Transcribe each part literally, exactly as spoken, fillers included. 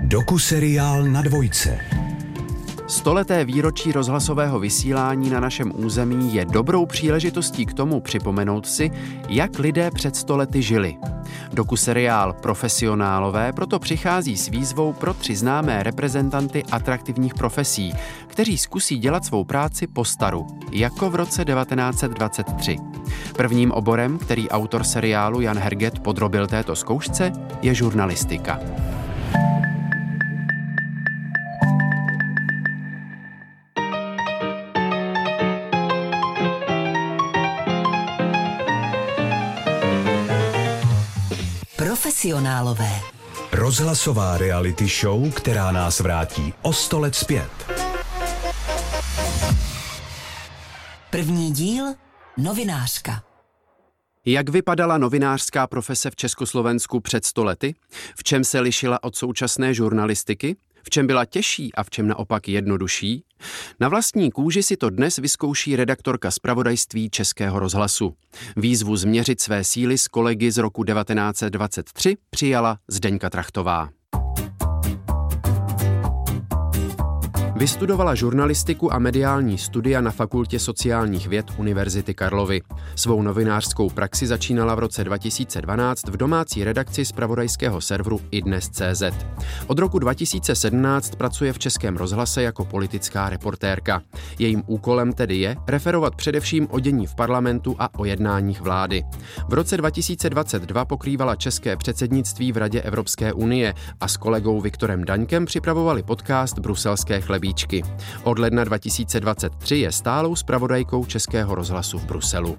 Dokuseriál na dvojce. Stoleté výročí rozhlasového vysílání na našem území je dobrou příležitostí k tomu připomenout si, jak lidé před sto lety žili. Dokuseriál Profesionálové proto přichází s výzvou pro tři známé reprezentanty atraktivních profesí, kteří zkusí dělat svou práci po staru, jako v roce devatenáct set dvacet tři. Prvním oborem, který autor seriálu Jan Herget podrobil této zkoušce, je žurnalistika. Profesionálové. Rozhlasová reality show, která nás vrátí o sto let zpět. První díl – novinářka. Jak vypadala novinářská profese v Československu před sto lety? V čem se lišila od současné žurnalistiky? V čem byla těžší a v čem naopak jednodušší? Na vlastní kůži si to dnes vyzkouší redaktorka zpravodajství Českého rozhlasu. Výzvu změřit své síly s kolegy z roku devatenáct set dvacet tři přijala Zdeňka Trachtová. Vystudovala žurnalistiku a mediální studia na Fakultě sociálních věd Univerzity Karlovy. Svou novinářskou praxi začínala v roce dva tisíce dvanáct v domácí redakci zpravodajského serveru iDnes tečka cé zet. Od roku dva tisíce sedmnáct pracuje v Českém rozhlase jako politická reportérka. Jejím úkolem tedy je referovat především o dění v parlamentu a o jednáních vlády. V roce dva tisíce dvacet dva pokrývala české předsednictví v Radě Evropské unie a s kolegou Viktorem Daňkem připravovali podcast Bruselské chlebíčky. Od ledna dva tisíce dvacet tři je stálou zpravodajkou Českého rozhlasu v Bruselu.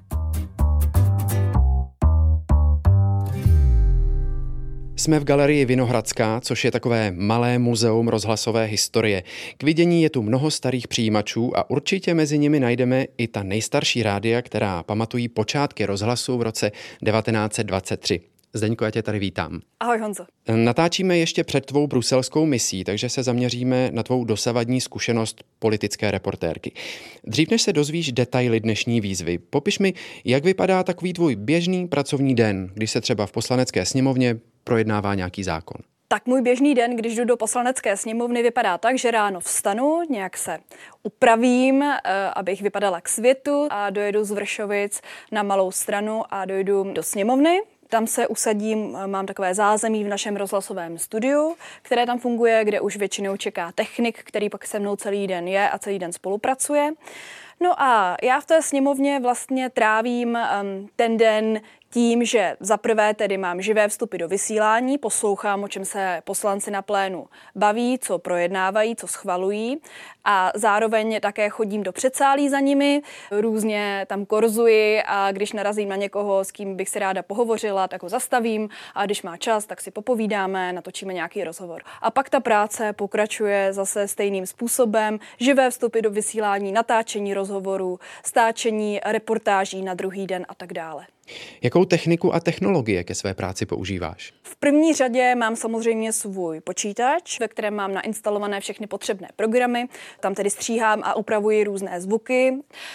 Jsme v galerii Vinohradská, což je takové malé muzeum rozhlasové historie. K vidění je tu mnoho starých přijímačů a určitě mezi nimi najdeme i ta nejstarší rádia, která pamatují počátky rozhlasu v roce devatenáct set dvacet tři. Zdeňko, já tě tady vítám. Ahoj, Honzo. Natáčíme ještě před tvou bruselskou misí, takže se zaměříme na tvou dosavadní zkušenost politické reportérky. Dřív než se dozvíš detaily dnešní výzvy, popiš mi, jak vypadá takový tvůj běžný pracovní den, když se třeba v poslanecké sněmovně projednává nějaký zákon. Tak můj běžný den, když jdu do poslanecké sněmovny, vypadá tak, že ráno vstanu, nějak se upravím, abych vypadala k světu a dojedu z Vršovic na Malou Stranu a dojdu do sněmovny. Tam se usadím, mám takové zázemí v našem rozhlasovém studiu, které tam funguje, kde už většinou čeká technik, který pak se mnou celý den je a celý den spolupracuje. No a já v té sněmovně vlastně trávím um, ten den tím, že zaprvé tedy mám živé vstupy do vysílání, poslouchám, o čem se poslanci na plénu baví, co projednávají, co schvalují a zároveň také chodím do předsálí za nimi, různě tam korzuji a když narazím na někoho, s kým bych si ráda pohovořila, tak ho zastavím a když má čas, tak si popovídáme, natočíme nějaký rozhovor. A pak ta práce pokračuje zase stejným způsobem, živé vstupy do vysílání, natáčení rozhovorů, stáčení reportáží na druhý den a tak dále. Jakou techniku a technologie ke své práci používáš? V první řadě mám samozřejmě svůj počítač, ve kterém mám nainstalované všechny potřebné programy. Tam tedy stříhám a upravuji různé zvuky.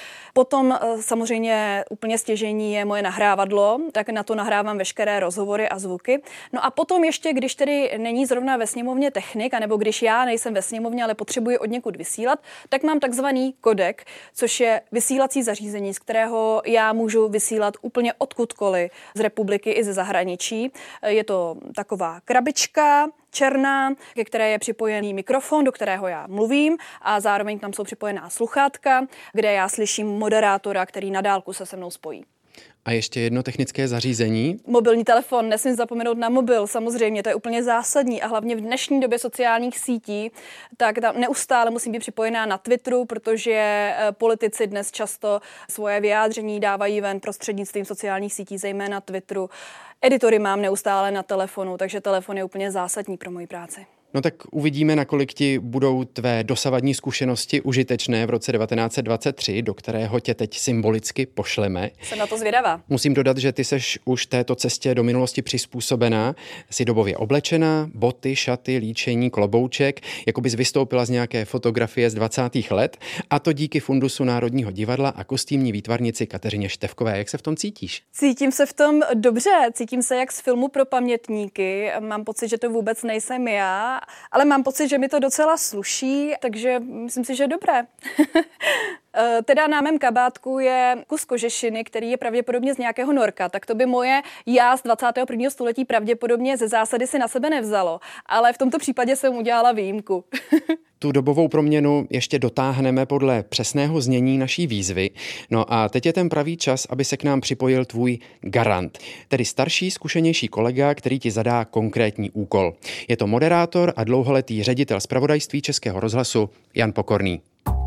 Potom samozřejmě úplně stěžejní je moje nahrávadlo, tak na to nahrávám veškeré rozhovory a zvuky. No a potom ještě, když tedy není zrovna ve sněmovně technik, anebo když já nejsem ve sněmovně, ale potřebuji od někud vysílat, tak mám takzvaný kodek, což je vysílací zařízení, z kterého já můžu vysílat úplně odkudkoliv z republiky i ze zahraničí. Je to taková krabička, černá, ke které je připojený mikrofon, do kterého já mluvím a zároveň tam jsou připojená sluchátka, kde já slyším moderátora, který na dálku se se mnou spojí. A ještě jedno technické zařízení. Mobilní telefon, nesmím zapomenout na mobil, samozřejmě, to je úplně zásadní a hlavně v dnešní době sociálních sítí, tak tam neustále musím být připojená na Twitteru, protože politici dnes často svoje vyjádření dávají ven prostřednictvím sociálních sítí, zejména Twitteru. Editory mám neustále na telefonu, takže telefon je úplně zásadní pro moji práci. No tak uvidíme, nakolik ti budou tvé dosavadní zkušenosti užitečné v roce devatenáct set dvacet tři, do kterého tě teď symbolicky pošleme. Jsem na to zvědavá. Musím dodat, že ty seš už této cestě do minulosti přizpůsobená. Jsi dobově oblečená, boty, šaty, líčení, klobouček, jako bys vystoupila z nějaké fotografie z dvacátých let, a to díky fundusu Národního divadla a kostýmní výtvarnici Kateřině Števkové. Jak se v tom cítíš? Cítím se v tom dobře, cítím se jak z filmu pro pamětníky. Mám pocit, že to vůbec nejsem já nevypadá, ale mám pocit, že mi to docela sluší, takže myslím si, že je dobré. Teda na mém kabátku je kus kožešiny, který je pravděpodobně z nějakého norka, tak to by moje já z dvacátého prvního století pravděpodobně ze zásady si na sebe nevzalo, ale v tomto případě jsem udělala výjimku. Tu dobovou proměnu ještě dotáhneme podle přesného znění naší výzvy. No a teď je ten pravý čas, aby se k nám připojil tvůj garant, tedy starší, zkušenější kolega, který ti zadá konkrétní úkol. Je to moderátor a dlouholetý ředitel zpravodajství Českého rozhlasu Jan Pokorný.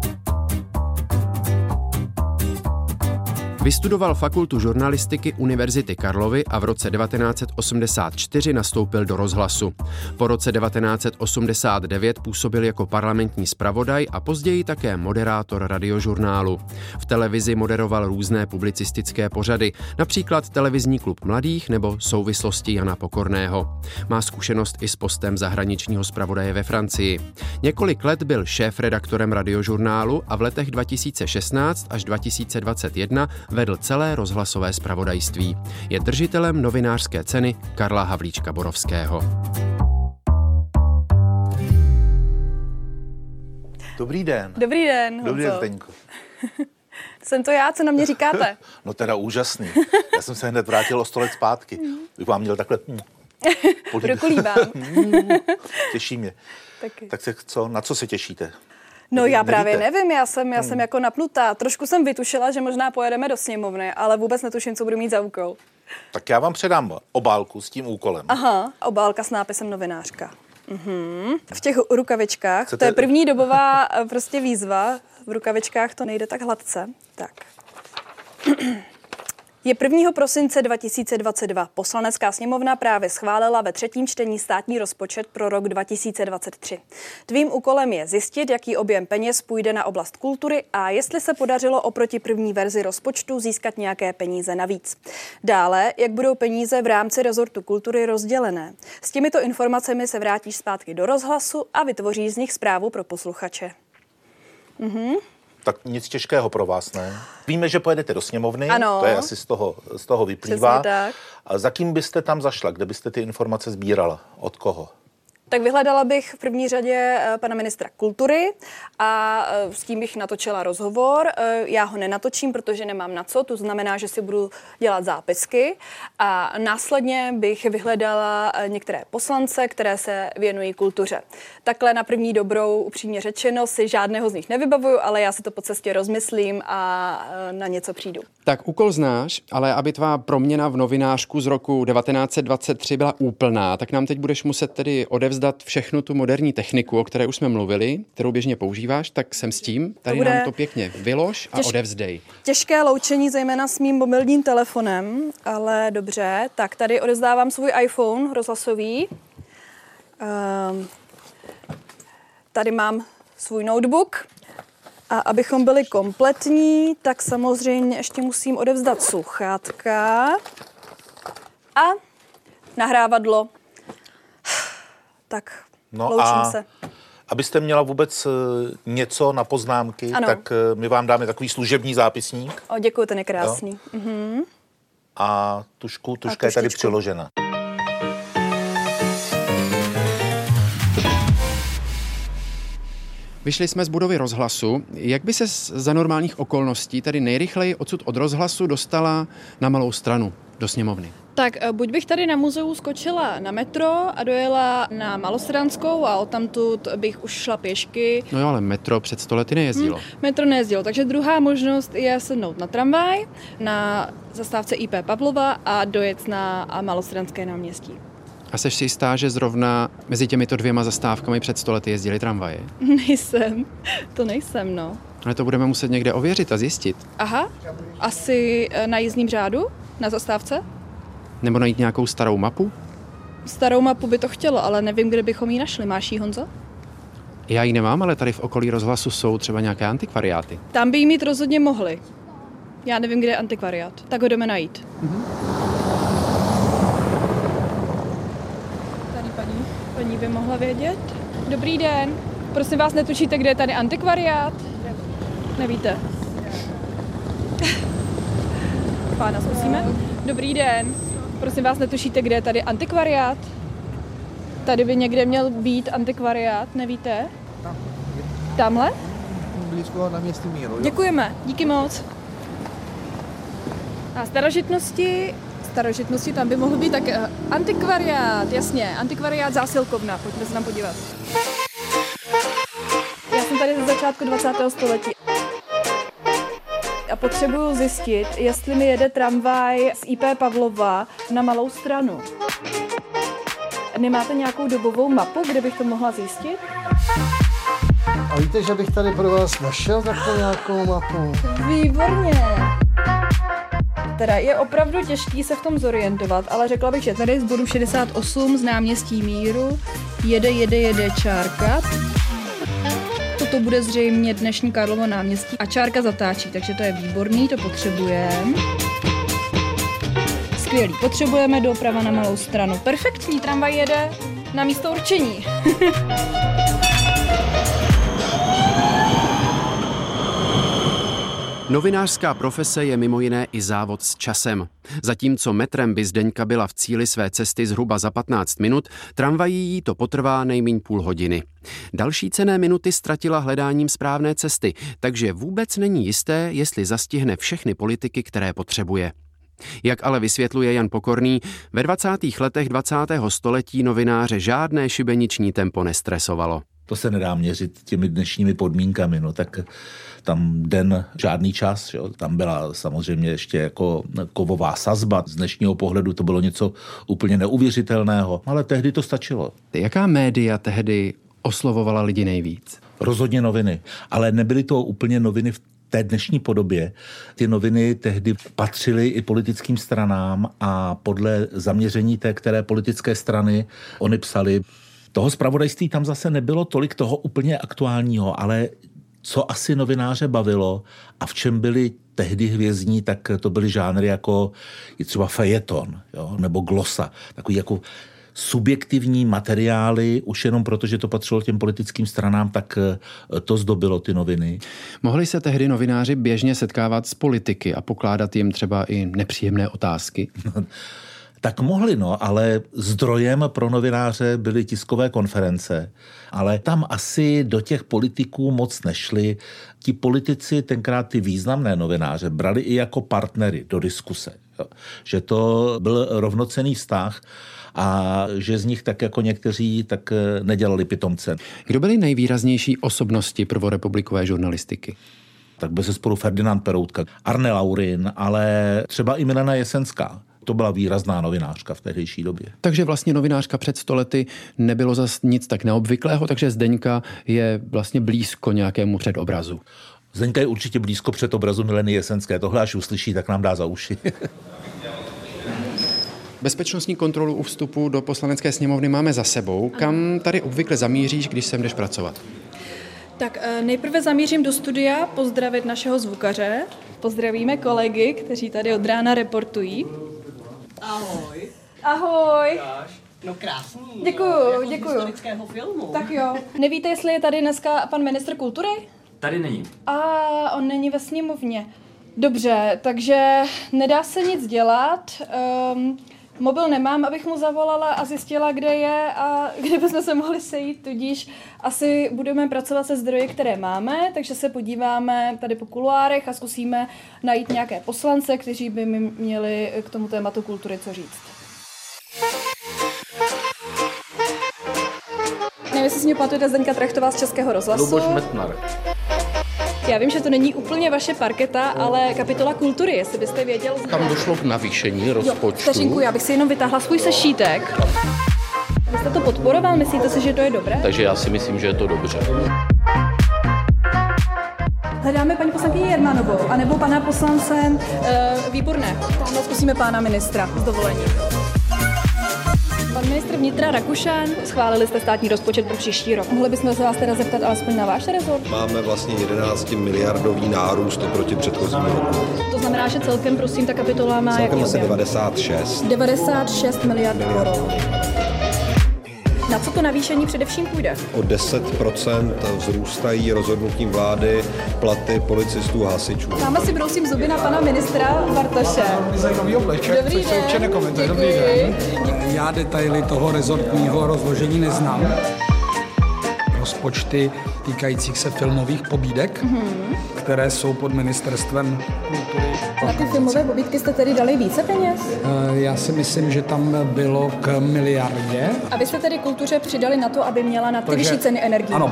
Vystudoval fakultu žurnalistiky Univerzity Karlovy a v roce devatenáct set osmdesát čtyři nastoupil do rozhlasu. Po roce devatenáct set osmdesát devět působil jako parlamentní zpravodaj a později také moderátor radiožurnálu. V televizi moderoval různé publicistické pořady, například Televizní klub mladých nebo Souvislosti Jana Pokorného. Má zkušenost i s postem zahraničního zpravodaje ve Francii. Několik let byl šéfredaktorem radiožurnálu a v letech dva tisíce šestnáct až dva tisíce dvacet jedna vedl celé rozhlasové zpravodajství. Je držitelem novinářské ceny Karla Havlíčka Borovského. Dobrý den. Dobrý den, Dobrý den, Zdeňko. Jsem to já, co na mě říkáte? No teda úžasný. Já jsem se hned vrátil o sto let zpátky. Bych vám měl takhle... Prokulívám. Těší mě. Taky. Tak se co, na co se těšíte? No já právě Nevíte? nevím, já jsem, já jsem jako napnutá. Trošku jsem vytušila, že možná pojedeme do sněmovny, ale vůbec netuším, co budu mít za úkol. Tak já vám předám obálku s tím úkolem. Aha, obálka s nápisem novinářka. Mhm. V těch rukavičkách, Chcete... to je první dobová prostě výzva, v rukavičkách to nejde tak hladce. Tak. Je prvního prosince dva tisíce dvacet dva. Poslanecká sněmovna právě schválila ve třetím čtení státní rozpočet pro rok dva tisíce dvacet tři. Tvým úkolem je zjistit, jaký objem peněz půjde na oblast kultury a jestli se podařilo oproti první verzi rozpočtu získat nějaké peníze navíc. Dále, jak budou peníze v rámci rezortu kultury rozdělené. S těmito informacemi se vrátíš zpátky do rozhlasu a vytvoříš z nich zprávu pro posluchače. Mhm. Tak nic těžkého pro vás, ne? Víme, že pojedete do sněmovny, ano. To je asi z toho, z toho vyplývá. Přesně tak. A za kým byste tam zašla? Kde byste ty informace sbírala? Od koho? Tak vyhledala bych v první řadě pana ministra kultury a s tím bych natočila rozhovor. Já ho nenatočím, protože nemám na co, to znamená, že si budu dělat zápisky a následně bych vyhledala některé poslance, které se věnují kultuře. Takhle na první dobrou, upřímně řečeno, si žádného z nich nevybavuju, ale já si to po cestě rozmyslím a na něco přijdu. Tak úkol znáš, ale aby tvá proměna v novinářku z roku devatenáct set dvacet tři byla úplná, tak nám teď budeš muset tedy odevzdat všechnu tu moderní techniku, o které už jsme mluvili, kterou běžně používáš, tak jsem s tím. Tady to nám to pěkně vylož a těž... odevzdej. Těžké loučení, zejména s mým mobilním telefonem, ale dobře. Tak tady odevzdávám svůj iPhone rozhlasový. Um, tady mám svůj notebook. A abychom byli kompletní, tak samozřejmě ještě musím odevzdat sluchátka a nahrávadlo. Tak, no loučím a se. Abyste měla vůbec něco na poznámky, ano. Tak my vám dáme takový služební zápisník. O, děkuji, ten je krásný. Mhm. A tušku, tuška a je tady přiložena. Vyšli jsme z budovy rozhlasu. Jak by se za normálních okolností tady nejrychleji odsud od rozhlasu dostala na Malou Stranu do sněmovny? Tak buď bych tady na muzeu skočila na metro a dojela na Malostranskou a odtamtud bych už šla pěšky. No jo, ale metro před sto lety nejezdilo. Hmm, metro nejezdilo, takže druhá možnost je sednout na tramvaj na zastávce í pé Pavlova a dojet na Malostranské náměstí. A seš si jistá, že zrovna mezi těmito dvěma zastávkami před sto lety jezdily tramvaje? Nejsem, to nejsem, no. Ale to budeme muset někde ověřit a zjistit. Aha, asi na jízdním řádu, na zastávce? Nebo najít nějakou starou mapu? Starou mapu by to chtělo, ale nevím, kde bychom ji našli. Máš jí, Honzo? Já ji nemám, ale tady v okolí rozhlasu jsou třeba nějaké antikvariáty. Tam by jí mít rozhodně mohli. Já nevím, kde je antikvariát. Tak ho jdeme najít. Mhm. Tady paní, paní by mohla vědět. Dobrý den. Prosím vás, netušíte, kde je tady antikvariát? Nevíte? Pána zkusíme. Dobrý den. Prosím vás, netušíte, kde je tady antikvariát? Tady by někde měl být antikvariát, nevíte? Tam. Tamhle? Blízko na městě Míru. Jo? Děkujeme, díky moc. A starožitnosti, starožitnosti tam by mohl být tak uh, antikvariát, jasně, antikvariát zásilkovna, pojďme se tam podívat. Já jsem tady ze začátku dvacátého století. A potřebuju zjistit, jestli mi jede tramvaj z í pé Pavlova na Malou Stranu. Nemáte nějakou dobovou mapu, kde bych to mohla zjistit? A víte, že bych tady pro vás našel takto nějakou mapu? Výborně. Teda je opravdu těžký se v tom zorientovat, ale řekla bych, že tady z bodu šedesát osm z náměstí Míru jede, jede, jede čárka. Toto bude zřejmě dnešní Karlovo náměstí a čárka zatáčí, takže to je výborný, to potřebujeme. Skvělý, potřebujeme doprava na Malou Stranu. Perfektní, tramvaj jede na místo určení. Novinářská profese je mimo jiné i závod s časem. Zatímco metrem by Zdeňka byla v cíli své cesty zhruba za patnáct minut, tramvají jí to potrvá nejméně půl hodiny. Další cenné minuty ztratila hledáním správné cesty, takže vůbec není jisté, jestli zastihne všechny politiky, které potřebuje. Jak ale vysvětluje Jan Pokorný, ve dvacátých letech dvacátého století novináře žádné šibeniční tempo nestresovalo. To se nedá měřit těmi dnešními podmínkami, no tak tam den žádný čas, jo. Tam byla samozřejmě ještě jako kovová sazba. Z dnešního pohledu to bylo něco úplně neuvěřitelného, ale tehdy to stačilo. Jaká média tehdy oslovovala lidi nejvíc? Rozhodně noviny, ale nebyly to úplně noviny v té dnešní podobě. Ty noviny tehdy patřily i politickým stranám a podle zaměření té které politické strany oni psali. Toho zpravodajství tam zase nebylo tolik toho úplně aktuálního, ale co asi novináře bavilo a v čem byli tehdy hvězdní, tak to byly žánry jako je třeba fejeton, jo, nebo glosa, takový jako subjektivní materiály, už jenom proto, že to patřilo těm politickým stranám, tak to zdobilo ty noviny. Mohli se tehdy novináři běžně setkávat s politiky a pokládat jim třeba i nepříjemné otázky? Tak mohli, no, ale zdrojem pro novináře byly tiskové konference, ale tam asi do těch politiků moc nešli. Ti politici tenkrát ty významné novináře brali i jako partnery do diskuse, jo. Že to byl rovnocenný vztah a že z nich tak jako někteří tak nedělali pitomce. Kdo byly nejvýraznější osobnosti prvorepublikové žurnalistiky? Tak bezesporu Ferdinand Peroutka, Arne Laurin, ale třeba i Milena Jesenská. To byla výrazná novinářka v tehdejší době. Takže vlastně novinářka před sto lety nebylo zas nic tak neobvyklého, takže Zdeňka je vlastně blízko nějakému předobrazu. Zdeňka je určitě blízko předobrazu Mileny Jesenské. Tohle až uslyší, tak nám dá za uši. Bezpečnostní kontrolu u vstupu do Poslanecké sněmovny máme za sebou. Kam tady obvykle zamíříš, když sem jdeš pracovat? Tak nejprve zamířím do studia pozdravit našeho zvukaře. Pozdravíme kolegy, kteří tady od rána reportují. Ahoj. Ahoj. No krásný. Děkuju, jako děkuju. Z historického filmu. Tak jo. Nevíte, jestli je tady dneska pan ministr kultury? Tady není. A on není ve sněmovně. Dobře, takže nedá se nic dělat. Um, mobil nemám, abych mu zavolala a zjistila, kde je a kde bychom se mohli sejít, tudíž asi budeme pracovat se zdroji, které máme, takže se podíváme tady po kuloárech a zkusíme najít nějaké poslance, kteří by mi měli k tomu tématu kultury co říct. Nevím, jestli si mě pamatujete Zdeňka Trachtová z Českého rozhlasu. Luboš Metnar. Já vím, že to není úplně vaše parketa, ale kapitola kultury, jestli byste věděl. Tam došlo k navýšení rozpočtu. Vteřinku, já bych si jenom vytáhla svůj sešítek. Vy jste to podporoval, myslíte si, že to je dobré? Takže já si myslím, že je to dobře. Hledáme paní poslankyni Jermanovou, anebo pana poslance uh, Výborné. Tamhle zkusíme pána ministra s dovolením. Pan ministr vnitra Rakušan, schválili jste státní rozpočet pro příští rok. Mohli bychom se vás teda zeptat alespoň na váš rezort? Máme vlastně jedenáct miliardový nárůst oproti předchozímu roku. To znamená, že celkem, prosím, ta kapitola má celkem jaký asi objem? devadesát šest. devadesát šest miliard korun. Na co to navýšení především půjde? O deset procent vzrůstají rozhodnutím vlády platy policistů a hasičů. Tamhle si brousím zuby na pana ministra Bartoše. Zajímavý obleček, Dobrý což se den. určitě nekomentuje. Dobrý Děkuji. den. já detaily toho rezortního rozložení neznám. Rozpočty týkajících se filmových pobídek, mm-hmm. které jsou pod ministerstvem kultury. Na ty filmové pobídky jste tedy dali více peněz? Já si myslím, že tam bylo k miliardě. A vy jste tedy kultuře přidali na to, aby měla na ty Takže, vyšší ceny energií? Ano.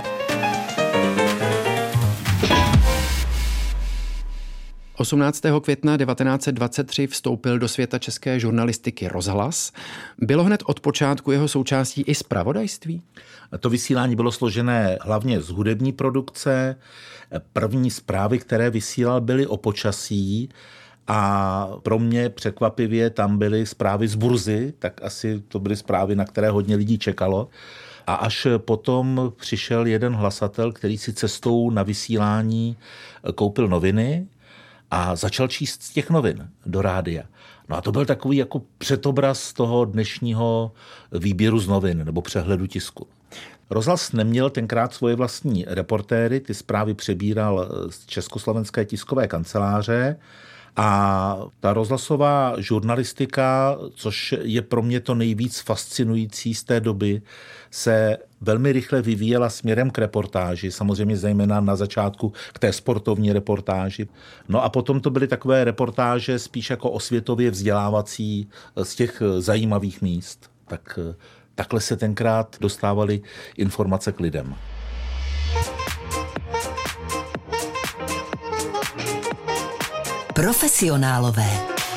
osmnáctého května devatenáct set dvacet tři vstoupil do světa české žurnalistiky rozhlas. Bylo hned od počátku jeho součástí i zpravodajství? To vysílání bylo složené hlavně z hudební produkce. První zprávy, které vysílal, byly o počasí a pro mě překvapivě tam byly zprávy z burzy, tak asi to byly zprávy, na které hodně lidí čekalo. A až potom přišel jeden hlasatel, který si cestou na vysílání koupil noviny a začal číst z těch novin do rádia. No a to byl takový jako předobraz toho dnešního výběru z novin nebo přehledu tisku. Rozhlas neměl tenkrát svoje vlastní reportéry, ty zprávy přebíral z Československé tiskové kanceláře a ta rozhlasová žurnalistika, což je pro mě to nejvíc fascinující z té doby, se velmi rychle vyvíjela směrem k reportáži, samozřejmě zejména na začátku k té sportovní reportáži. No a potom to byly takové reportáže spíš jako osvětově vzdělávací z těch zajímavých míst. Tak takhle se tenkrát dostávaly informace k lidem. Profesionálové.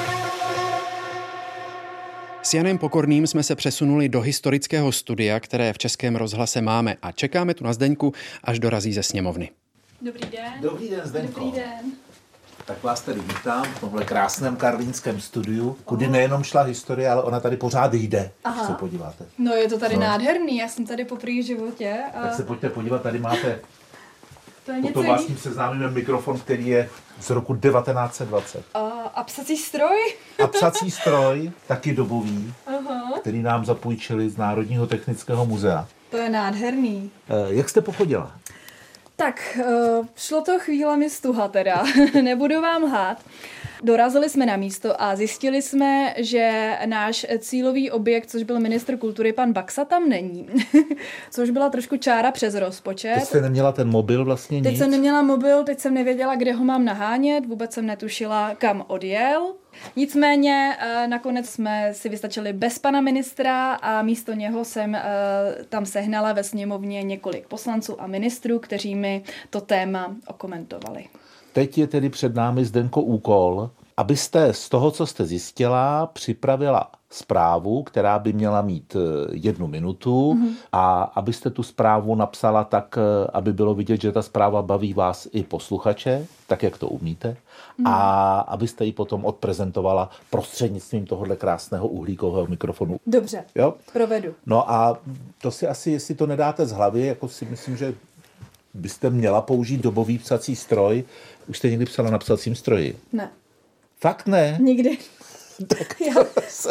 S Janem Pokorným jsme se přesunuli do historického studia, které v Českém rozhlase máme a čekáme tu na Zdeňku, až dorazí ze sněmovny. Dobrý den. Dobrý den, Zdeňko. Dobrý den. Tak vás tady vítám v tomhle krásném karlínském studiu, kudy nejenom šla historie, ale ona tady pořád jde, Aha. když se podíváte. No je to tady no. nádherný, já jsem tady poprvé v životě. A... Tak se pojďte podívat, tady máte, to je potom vás tím seznámíme mikrofon, který je z roku devatenáct set dvacet. A, a psací stroj? A psací stroj, taky dobový, Aha. který nám zapůjčili z Národního technického muzea. To je nádherný. E, jak jste pochodila? Tak, uh, šlo to chvílemi stuha teda, nebudu vám lhát. Dorazili jsme na místo a zjistili jsme, že náš cílový objekt, což byl ministr kultury, pan Baxa, tam není. Což byla trošku čára přes rozpočet. Teď jste neměla ten mobil vlastně nic? Teď jsem neměla mobil, teď jsem nevěděla, kde ho mám nahánět, vůbec jsem netušila, kam odjel. Nicméně nakonec jsme si vystačili bez pana ministra a místo něho jsem tam sehnala ve sněmovně několik poslanců a ministrů, kteří mi to téma okomentovali. Teď je tedy před námi, Zdenko, úkol, abyste z toho, co jste zjistila, připravila zprávu, která by měla mít jednu minutu mm-hmm. a abyste tu zprávu napsala tak, aby bylo vidět, že ta zpráva baví vás i posluchače, tak, jak to umíte, mm. a abyste ji potom odprezentovala prostřednictvím tohohle krásného uhlíkového mikrofonu. Dobře, jo? Provedu. No a to si asi, jestli to nedáte z hlavy, jako si myslím, že byste měla použít dobový psací stroj. Už jste někdy psala na psacím stroji? Ne. Fakt ne? Nikdy. Tak já,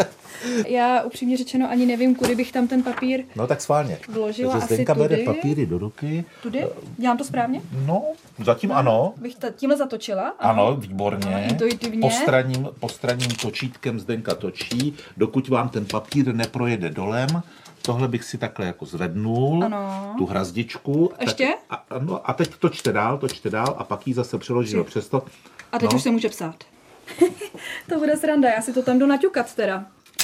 já upřímně řečeno ani nevím, kudy bych tam ten papír No tak schválně. vložila. Takže Zdenka bere papíry do ruky. Tudy? Dělám to správně? No, zatím no, ano. Bych ta, tímhle zatočila? Ano, ano výborně. Ano, intuitivně. Postranním, postranním točítkem Zdenka točí, dokud vám ten papír neprojede dolem. Tohle bych si takhle jako zvednul, ano. Tu hrazdičku. Ještě? Tak, a, no, a teď točte dál, točte dál a pak ji zase přeložil přes to. A teď no. už se může psát. To bude sranda, já si to tam jdu naťukat teda.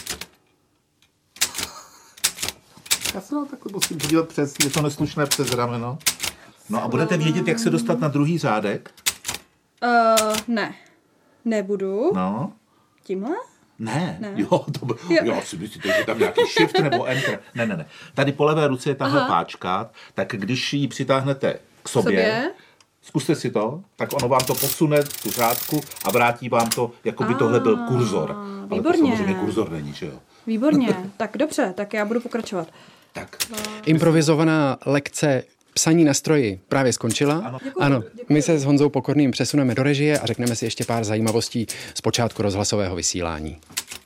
Já se no, takhle musím podívat přes, je to neslušné přes rameno. No a budete vědět, jak se dostat na druhý řádek? Uh, ne. Nebudu. No. Tímhle? Ne, ne. jo, to by, jo. jo, si myslíte, že tam nějaký shift nebo enter. Ne, ne, ne. Tady po levé ruce je tahle Aha. páčka, tak když ji přitáhnete k sobě, sobě, zkuste si to, tak ono vám to posune tu řádku a vrátí vám to, jako by tohle byl kurzor. Ale to samozřejmě kurzor není, že jo? Výborně, tak dobře, tak já budu pokračovat. Tak. Improvizovaná lekce psaní na stroji právě skončila. Ano. Děkuji, ano, děkuji. My se s Honzou Pokorným přesuneme do režie a řekneme si ještě pár zajímavostí z počátku rozhlasového vysílání.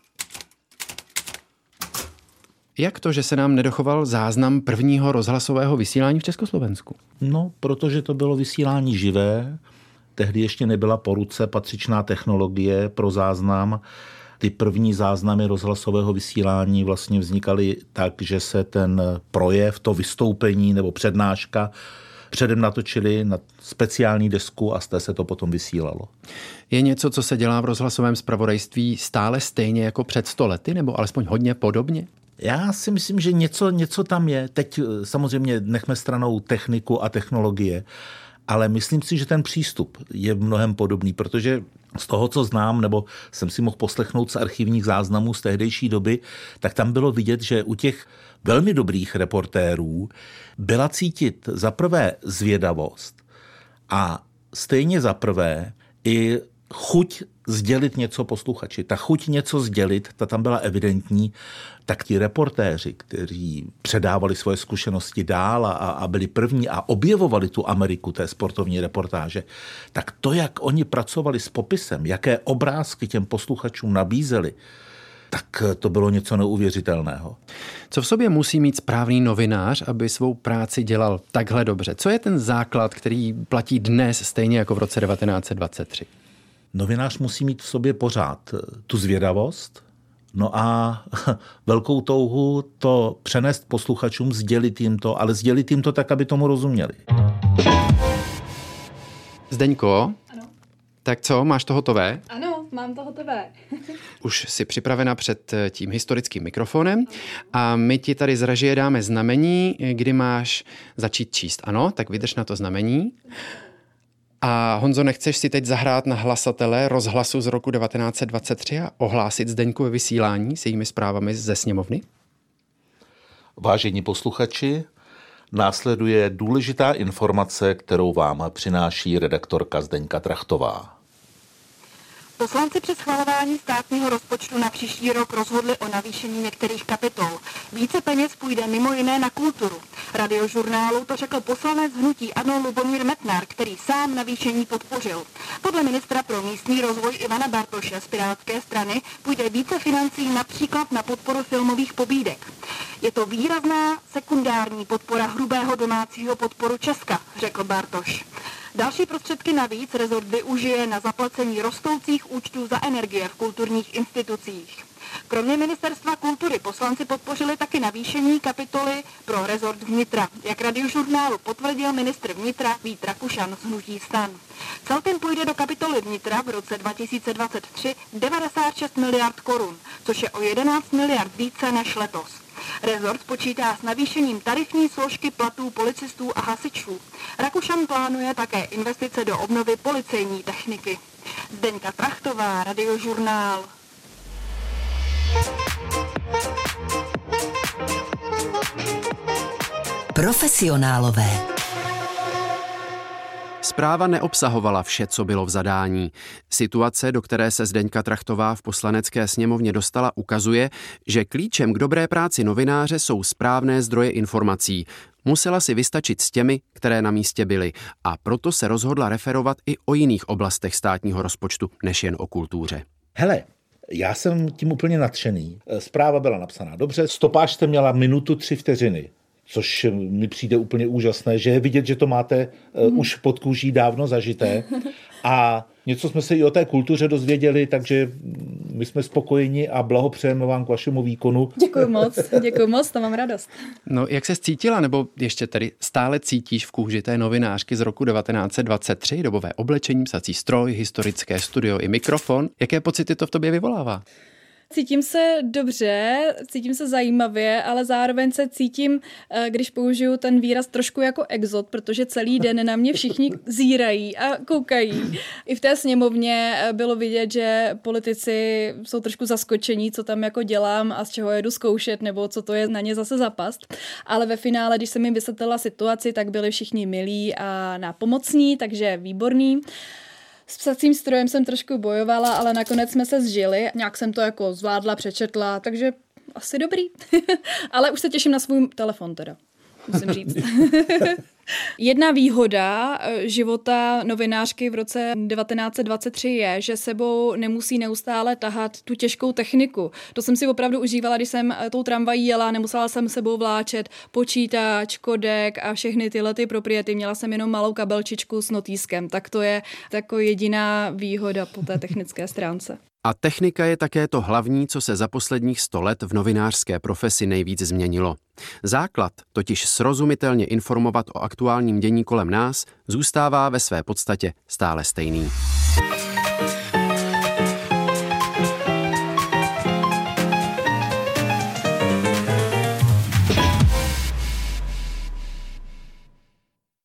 Jak to, že se nám nedochoval záznam prvního rozhlasového vysílání v Československu? No, protože to bylo vysílání živé. Tehdy ještě nebyla po ruce patřičná technologie pro záznam. Ty první záznamy rozhlasového vysílání vlastně vznikaly tak, že se ten projev, to vystoupení nebo přednáška předem natočili na speciální desku a z té se to potom vysílalo. Je něco, co se dělá v rozhlasovém zpravodajství stále stejně jako před sto lety, nebo alespoň hodně podobně? Já si myslím, že něco, něco tam je. Teď samozřejmě nechme stranou techniku a technologie, ale myslím si, že ten přístup je mnohem podobný, protože z toho, co znám, nebo jsem si mohl poslechnout z archivních záznamů z tehdejší doby, tak tam bylo vidět, že u těch velmi dobrých reportérů byla cítit za prvé zvědavost a stejně za prvé i chuť sdělit něco posluchači. Ta chuť něco sdělit, ta tam byla evidentní, tak ti reportéři, kteří předávali svoje zkušenosti dál a, a byli první a objevovali tu Ameriku té sportovní reportáže, tak to, jak oni pracovali s popisem, jaké obrázky těm posluchačům nabízeli, tak to bylo něco neuvěřitelného. Co v sobě musí mít správný novinář, aby svou práci dělal takhle dobře? Co je ten základ, který platí dnes stejně jako v roce devatenáct set dvacet tři? Novinář musí mít v sobě pořád tu zvědavost, no a velkou touhu to přenést posluchačům, sdělit jim to, ale sdělit jim to tak, aby tomu rozuměli. Zdeňko? Ano. Tak co, máš to hotové? Ano, mám to hotové. Už jsi připravena před tím historickým mikrofonem a my ti tady z režie dáme znamení, kdy máš začít číst. Ano, tak vydrž na to znamení. A Honzo, nechceš si teď zahrát na hlasatele rozhlasu z roku devatenáct set dvacet tři a ohlásit Zdeňku ve vysílání s jejími zprávami ze sněmovny? Vážení posluchači, následuje důležitá informace, kterou vám přináší redaktorka Zdeňka Trachtová. Poslanci při schvalování státního rozpočtu na příští rok rozhodli o navýšení některých kapitol. Více peněz půjde mimo jiné na kulturu. Radiožurnálu to řekl poslanec hnutí ANO Lubomír Metnar, který sám navýšení podpořil. Podle ministra pro místní rozvoj Ivana Bartoše z Pirátské strany půjde více financí například na podporu filmových pobídek. Je to výrazná sekundární podpora hrubého domácího podporu Česka, řekl Bartoš. Další prostředky navíc rezort využije na zaplacení rostoucích účtů za energie v kulturních institucích. Kromě ministerstva kultury poslanci podpořili taky navýšení kapitoly pro rezort vnitra, jak Radiožurnálu potvrdil ministr vnitra Vít Rakušan z hnutí STAN. Celkem půjde do kapitoly vnitra v roce dva tisíce dvacet tři devadesát šest miliard korun, což je o jedenáct miliard více než letos. Rezort počítá s navýšením tarifní složky platů policistů a hasičů. Rakušan plánuje také investice do obnovy policejní techniky. Zdeňka Trachtová, Radiožurnál. Profesionálové. Zpráva neobsahovala vše, co bylo v zadání. Situace, do které se Zdeňka Trachtová v Poslanecké sněmovně dostala, ukazuje, že klíčem k dobré práci novináře jsou správné zdroje informací. Musela si vystačit s těmi, které na místě byly, a proto se rozhodla referovat i o jiných oblastech státního rozpočtu, než jen o kultuře. Hele, já jsem tím úplně nadšený. Zpráva byla napsaná dobře, stopáž jste měla minutu tři vteřiny. Což mi přijde úplně úžasné, že je vidět, že to máte uh, už pod kůží dávno zažité. A něco jsme se i o té kultuře dozvěděli, takže my jsme spokojeni a blahopřejeme vám k vašemu výkonu. Děkuji moc, děkuji moc, to mám radost. No, jak se cítila, nebo ještě tedy stále cítíš v kůži té novinářky z roku devatenáct set dvacet tři, dobové oblečení, psací stroj, historické studio i mikrofon? Jaké pocity to v tobě vyvolává? Cítím se dobře, cítím se zajímavě, ale zároveň se cítím, když použiju ten výraz, trošku jako exot, protože celý den na mě všichni zírají a koukají. I v té sněmovně bylo vidět, že politici jsou trošku zaskočení, co tam jako dělám a z čeho jedu zkoušet, nebo co to je na ně zase zapast. Ale ve finále, když jsem jim vysvětlila situaci, tak byli všichni milí a nápomocní, takže výborný. S psacím strojem jsem trošku bojovala, ale nakonec jsme se zžili. Nějak jsem to jako zvládla, přečetla, takže asi dobrý. Ale už se těším na svůj telefon teda, musím říct. Jedna výhoda života novinářky v roce devatenáct set dvacet tři je, že sebou nemusí neustále tahat tu těžkou techniku. To jsem si opravdu užívala, když jsem tou tramvají jela, nemusela jsem sebou vláčet počítač, kodek a všechny tyhle ty propriety. Měla jsem jenom malou kabelčičku s notýskem, tak to je jako jediná výhoda po té technické stránce. A technika je také to hlavní, co se za posledních sto let v novinářské profesi nejvíc změnilo. Základ, totiž srozumitelně informovat o aktuálním dění kolem nás, zůstává ve své podstatě stále stejný.